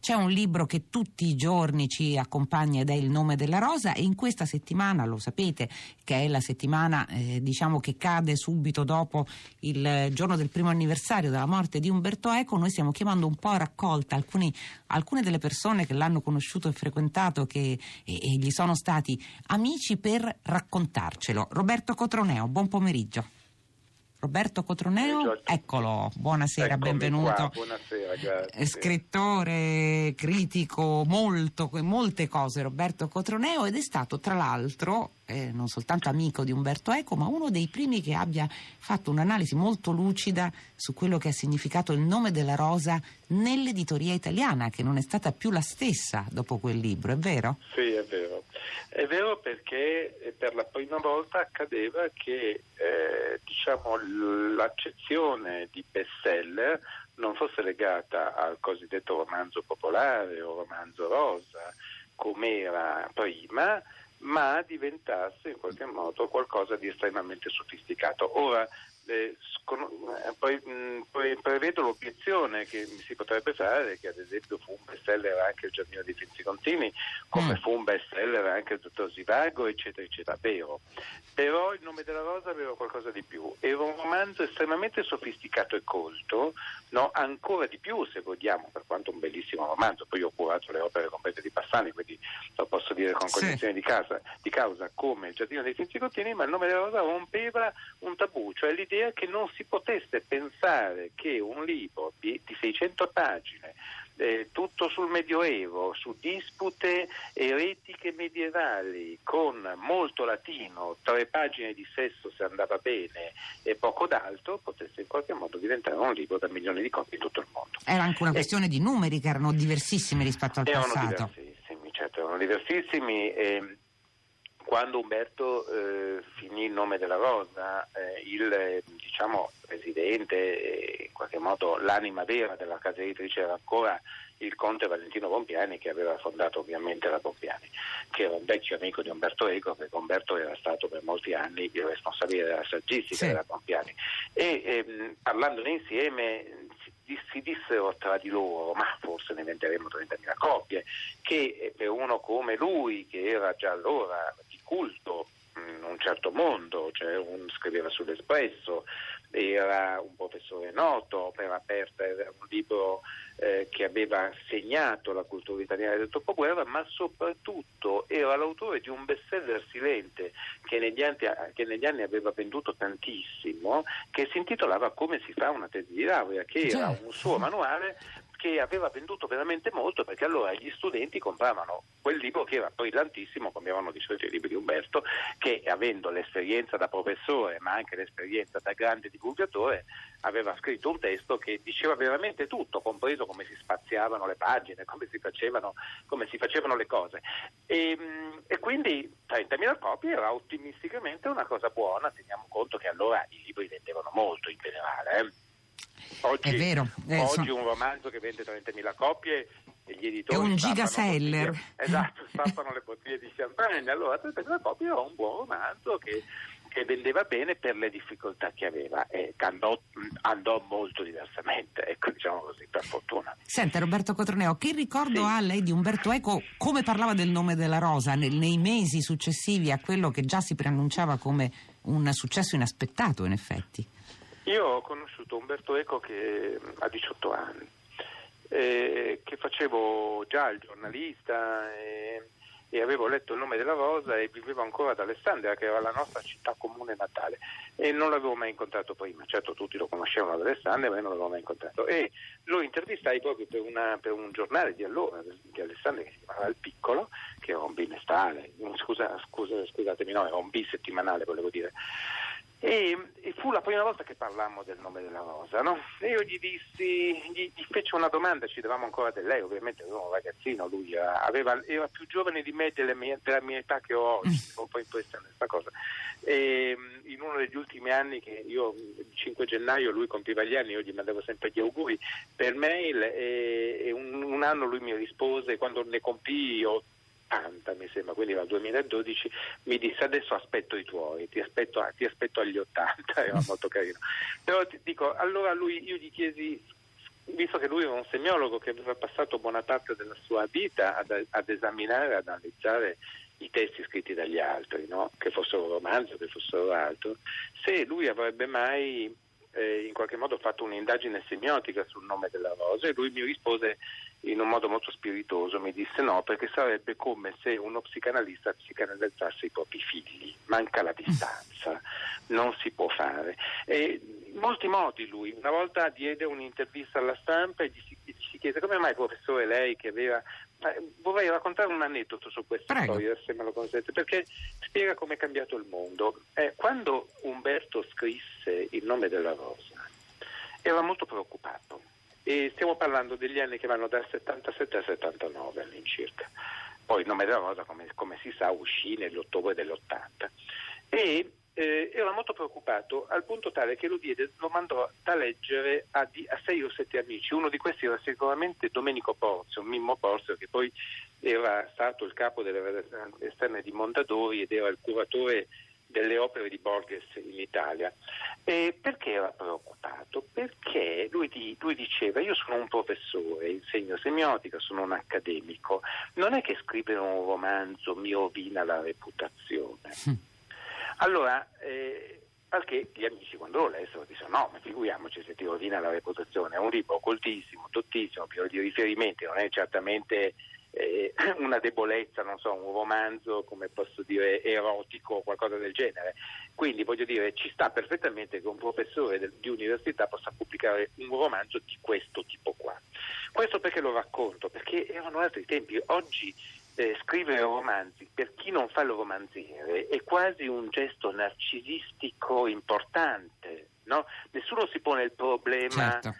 C'è un libro che tutti i giorni ci accompagna ed è Il nome della rosa, e in questa settimana, lo sapete, che è la settimana diciamo che cade subito dopo il giorno del primo anniversario della morte di Umberto Eco, noi stiamo chiamando un po' a raccolta alcune delle persone che l'hanno conosciuto e frequentato, e gli sono stati amici, per raccontarcelo. Roberto Cotroneo, buon pomeriggio. Roberto Cotroneo, eccolo, buonasera, Eccomi benvenuto. qua, buonasera, grazie. Scrittore, critico, molte cose, Roberto Cotroneo, ed è stato tra l'altro non soltanto amico di Umberto Eco, ma uno dei primi che abbia fatto un'analisi molto lucida su quello che ha significato Il nome della rosa nell'editoria italiana, che non è stata più la stessa dopo quel libro, è vero? Sì, è vero. È vero perché per la prima volta accadeva che l'accezione di bestseller non fosse legata al cosiddetto romanzo popolare o romanzo rosa, come era prima, ma diventasse in qualche modo qualcosa di estremamente sofisticato. Ora, poi prevedo l'obiezione che mi si potrebbe fare, che ad esempio fu un bestseller anche Il giardino dei Finzi Contini, come fu un bestseller anche Il dottor Zivago, eccetera eccetera. Vero. Però Il nome della rosa aveva qualcosa di più, era un romanzo estremamente sofisticato e colto, no? Ancora di più, se vogliamo, per quanto un bellissimo romanzo. Poi ho curato le opere complete di Bassani, quindi lo posso dire con cognizione di causa, come Il giardino dei Finzi Contini, ma Il nome della rosa rompeva un tabù, cioè l'idea che non si potesse pensare che un libro di 600 pagine, tutto sul Medioevo, su dispute eretiche medievali, con molto latino, 3 pagine di sesso se andava bene e poco d'altro, potesse in qualche modo diventare un libro da milioni di copie in tutto il mondo. Era anche una questione di numeri che erano diversissimi rispetto al passato. Erano diversissimi. Quando Umberto finì Il nome della rosa, il presidente, in qualche modo l'anima vera della casa editrice, era ancora il conte Valentino Bompiani, che aveva fondato ovviamente la Bompiani, che era un vecchio amico di Umberto Eco, perché Umberto era stato per molti anni il responsabile della saggistica della Bompiani, e parlandone insieme si dissero tra di loro: ma forse ne venderemo 30.000 copie, che per uno come lui, che era già allora di culto in un certo mondo, cioè scriveva sull'Espresso, era un professore noto, Opera aperta era un libro che aveva segnato la cultura italiana del dopoguerra, ma soprattutto era l'autore di un bestseller silente che negli anni aveva venduto tantissimo, che si intitolava Come si fa una tesi di laurea, che era un suo manuale che aveva venduto veramente molto, perché allora gli studenti compravano quel libro, che era brillantissimo, come erano di solito i libri di Umberto, che, avendo l'esperienza da professore ma anche l'esperienza da grande divulgatore, aveva scritto un testo che diceva veramente tutto, compreso come si spaziavano le pagine, come si facevano le cose, e quindi 30.000 copie era ottimisticamente una cosa buona. Teniamo conto che allora i libri vendevano molto in generale, Oggi, è vero. Oggi un romanzo che vende 30.000 copie e gli editori è un gigaseller. Stappano le bottiglie di champagne. Allora 30.000 copie era un buon romanzo che vendeva bene per le difficoltà che aveva, e andò molto diversamente, ecco, diciamo così, per fortuna. Senta, Roberto Cotroneo, che ricordo ha lei di Umberto Eco, come parlava del nome della rosa nei mesi successivi a quello che già si preannunciava come un successo inaspettato, in effetti? Io ho conosciuto Umberto Eco che ha 18 anni, che facevo già il giornalista, e avevo letto Il nome della rosa e vivevo ancora ad Alessandria, che era la nostra città comune natale, e non l'avevo mai incontrato prima. Certo, tutti lo conoscevano ad Alessandria, ma io non l'avevo mai incontrato, e lo intervistai proprio per un giornale di allora di Alessandria, che si chiamava Il Piccolo, che era un bimestrale, scusatemi, no, era un bisettimanale, volevo dire. E fu la prima volta che parlammo del nome della rosa, no? E io gli feci una domanda, ci davamo ancora del lei, ovviamente ero un ragazzino, lui era più giovane di me, della mia età che ho oggi, un po' impressionante questa cosa. E in uno degli ultimi anni, che io il 5 gennaio lui compiva gli anni, io gli mandavo sempre gli auguri per mail, e un anno lui mi rispose, quando ne compii 80 mi sembra, quindi era il 2012, mi disse: adesso aspetto i tuoi, ti aspetto agli 80, era molto carino. Però ti dico, allora io gli chiesi: visto che lui era un semiologo che aveva passato buona parte della sua vita ad esaminare, ad analizzare i testi scritti dagli altri, no? Che fossero romanzi o che fossero altro, se lui avrebbe mai in qualche modo fatto un'indagine semiotica sul nome della rosa, e lui mi rispose in un modo molto spiritoso, mi disse no, perché sarebbe come se uno psicanalista psicanalizzasse i propri figli, manca la distanza, non si può fare. E in molti modi lui, una volta diede un'intervista alla stampa e gli si chiese come mai professore lei che aveva... vorrei raccontare un aneddoto su questa storia, se me lo consente, perché spiega come è cambiato il mondo. Quando Umberto scrisse Il nome della rosa era molto preoccupato, e stiamo parlando degli anni che vanno dal 77 al 79 all'incirca. Poi Il nome della rosa, come si sa, uscì nell'ottobre dell'80 e era molto preoccupato al punto tale che lo mandò da leggere a 6 o 7 amici. Uno di questi era sicuramente Domenico Porzio, Mimmo Porzio, che poi era stato il capo delle redazioni esterne di Mondadori ed era il curatore delle opere di Borges in Italia. Perché era preoccupato? Perché lui diceva: io sono un professore, insegno semiotica, sono un accademico, non è che scrivere un romanzo mi rovina la reputazione. Allora, perché gli amici quando lo lessero dissero no, ma figuriamoci se ti rovina la reputazione, è un libro coltissimo, dottissimo, pieno di riferimenti, non è certamente una debolezza, non so, un romanzo, come posso dire, erotico o qualcosa del genere. Quindi voglio dire, ci sta perfettamente che un professore di università possa pubblicare un romanzo di questo tipo qua. Questo perché lo racconto? Perché erano altri tempi. Oggi scrivere romanzi, per chi non fa il romanziere, è quasi un gesto narcisistico importante, no? Nessuno si pone il problema, certo,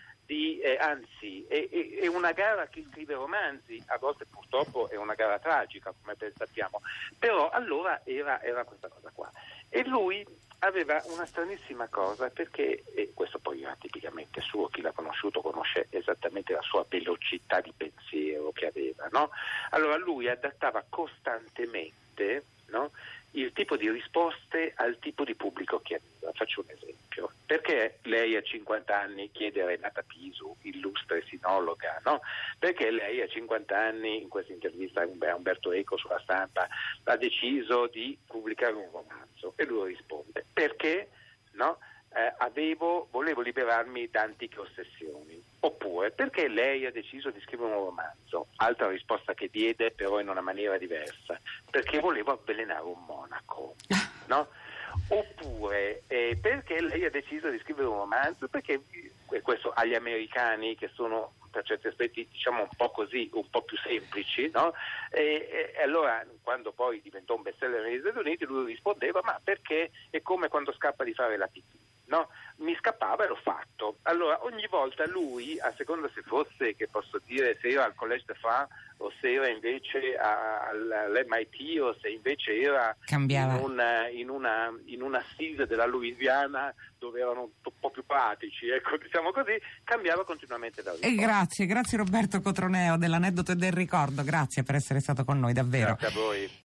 anzi è una gara chi scrive romanzi, a volte purtroppo è una gara tragica, come ben sappiamo, però allora era questa cosa qua. E lui aveva una stranissima cosa, perché, e questo poi era tipicamente suo, chi l'ha conosciuto conosce esattamente la sua velocità di pensiero che aveva, no? Allora lui adattava costantemente, no, il tipo di risposte al tipo di pubblico che aveva. Faccio un esempio. Perché lei a 50 anni chiede a Renata Pisu, illustre sinologa, no? Perché lei a 50 anni, in questa intervista a Umberto Eco sulla Stampa, ha deciso di pubblicare un romanzo? E lui risponde: perché, no? Volevo liberarmi da antiche ossessioni. Oppure perché lei ha deciso di scrivere un romanzo? Altra risposta che diede, però in una maniera diversa: perché volevo avvelenare un monaco, no? Oppure perché lei ha deciso di scrivere un romanzo? Perché questo agli americani, che sono per certi aspetti diciamo un po' così, un po' più semplici, no? E allora quando poi diventò un bestseller negli Stati Uniti lui rispondeva: ma perché è come quando scappa di fare la pipì, no? Mi scappava e l'ho fatto. Allora ogni volta lui, a seconda se fosse, che posso dire, se era al Collège de France o se era invece all'MIT o se invece era in una assise della Louisiana dove erano un po' più pratici, ecco, diciamo così, cambiava continuamente da risposta. Grazie Roberto Cotroneo dell'aneddoto e del ricordo, grazie per essere stato con noi, davvero. Grazie a voi.